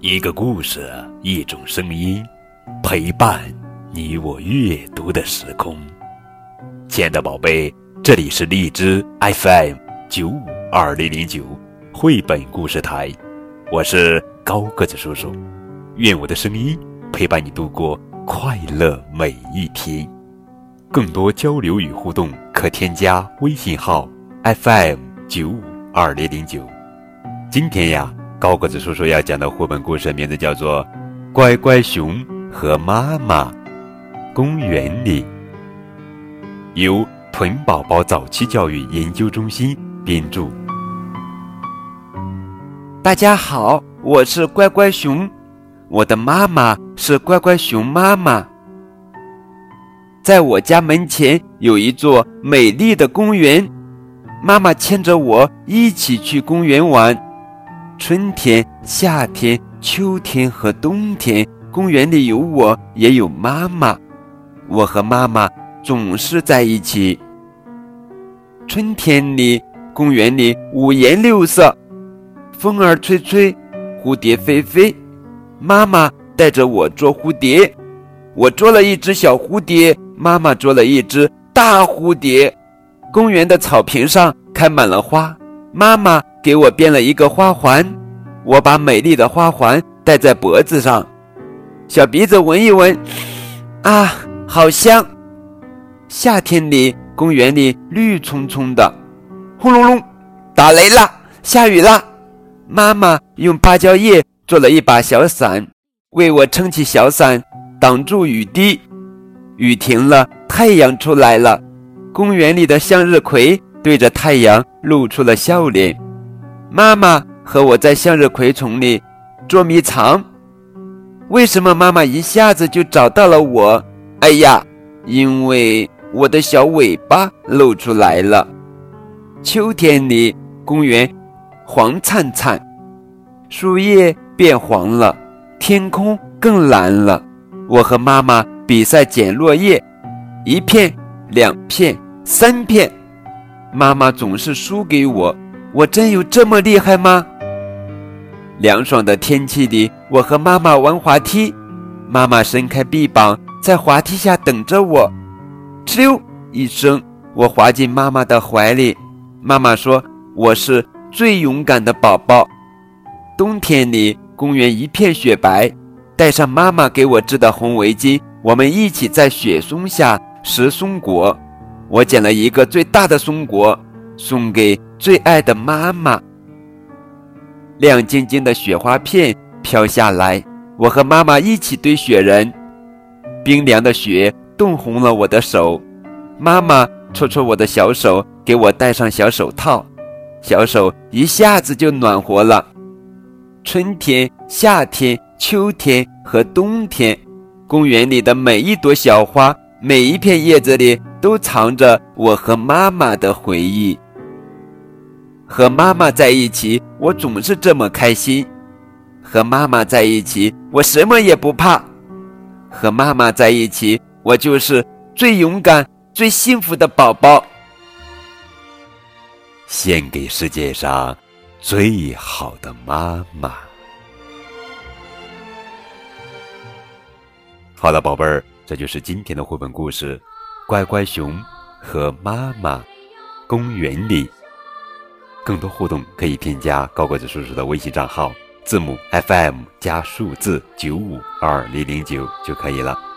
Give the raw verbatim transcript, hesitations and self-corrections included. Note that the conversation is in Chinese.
一个故事，一种声音，陪伴你我阅读的时空。亲爱的宝贝，这里是荔枝 F M 九五二零零九绘本故事台，我是高个子叔叔，愿我的声音陪伴你度过快乐每一天。更多交流与互动，可添加微信号 F M 九五二零零九。今天呀，高个子叔叔要讲的绘本故事名字叫做《乖乖熊和妈妈》，公园里。由豚宝宝早期教育研究中心编著。 大家好，我是乖乖熊，我的妈妈是乖乖熊妈妈。在我家门前有一座美丽的公园，妈妈牵着我一起去公园玩。春天、夏天、秋天和冬天，公园里有我，也有妈妈。我和妈妈总是在一起。春天里，公园里五颜六色，风儿吹吹，蝴蝶飞飞。妈妈带着我捉蝴蝶，我捉了一只小蝴蝶，妈妈捉了一只大蝴蝶。公园的草坪上开满了花，妈妈给我编了一个花环，我把美丽的花环戴在脖子上，小鼻子闻一闻，啊，好香。夏天里，公园里绿葱葱的，轰隆隆，打雷了，下雨了。妈妈用芭蕉叶做了一把小伞，为我撑起小伞，挡住雨滴。雨停了，太阳出来了，公园里的向日葵对着太阳露出了笑脸。妈妈和我在向日葵丛里捉迷藏。为什么妈妈一下子就找到了我？哎呀，因为我的小尾巴露出来了。秋天里，公园黄灿灿，树叶变黄了，天空更蓝了。我和妈妈比赛捡落叶，一片、两片、三片，妈妈总是输给我，我真有这么厉害吗？凉爽的天气里，我和妈妈玩滑梯，妈妈伸开臂膀，在滑梯下等着我。哧溜一声，我滑进妈妈的怀里。妈妈说我是最勇敢的宝宝。冬天里，公园一片雪白，戴上妈妈给我织的红围巾，我们一起在雪松下拾松果。我捡了一个最大的松果，送给最爱的妈妈。亮晶晶的雪花片飘下来，我和妈妈一起堆雪人。冰凉的雪冻红了我的手，妈妈戳戳我的小手，给我戴上小手套，小手一下子就暖和了。春天、夏天、秋天和冬天，公园里的每一朵小花，每一片叶子里都藏着我和妈妈的回忆。和妈妈在一起，我总是这么开心。和妈妈在一起，我什么也不怕。和妈妈在一起，我就是最勇敢、最幸福的宝宝。 献给世界上最好的妈妈。好了，宝贝儿，这就是今天的绘本故事《乖乖熊和妈妈》，公园里。更多互动可以添加高个子叔叔的微信账号，字母 F M 加数字九五二零零九就可以了。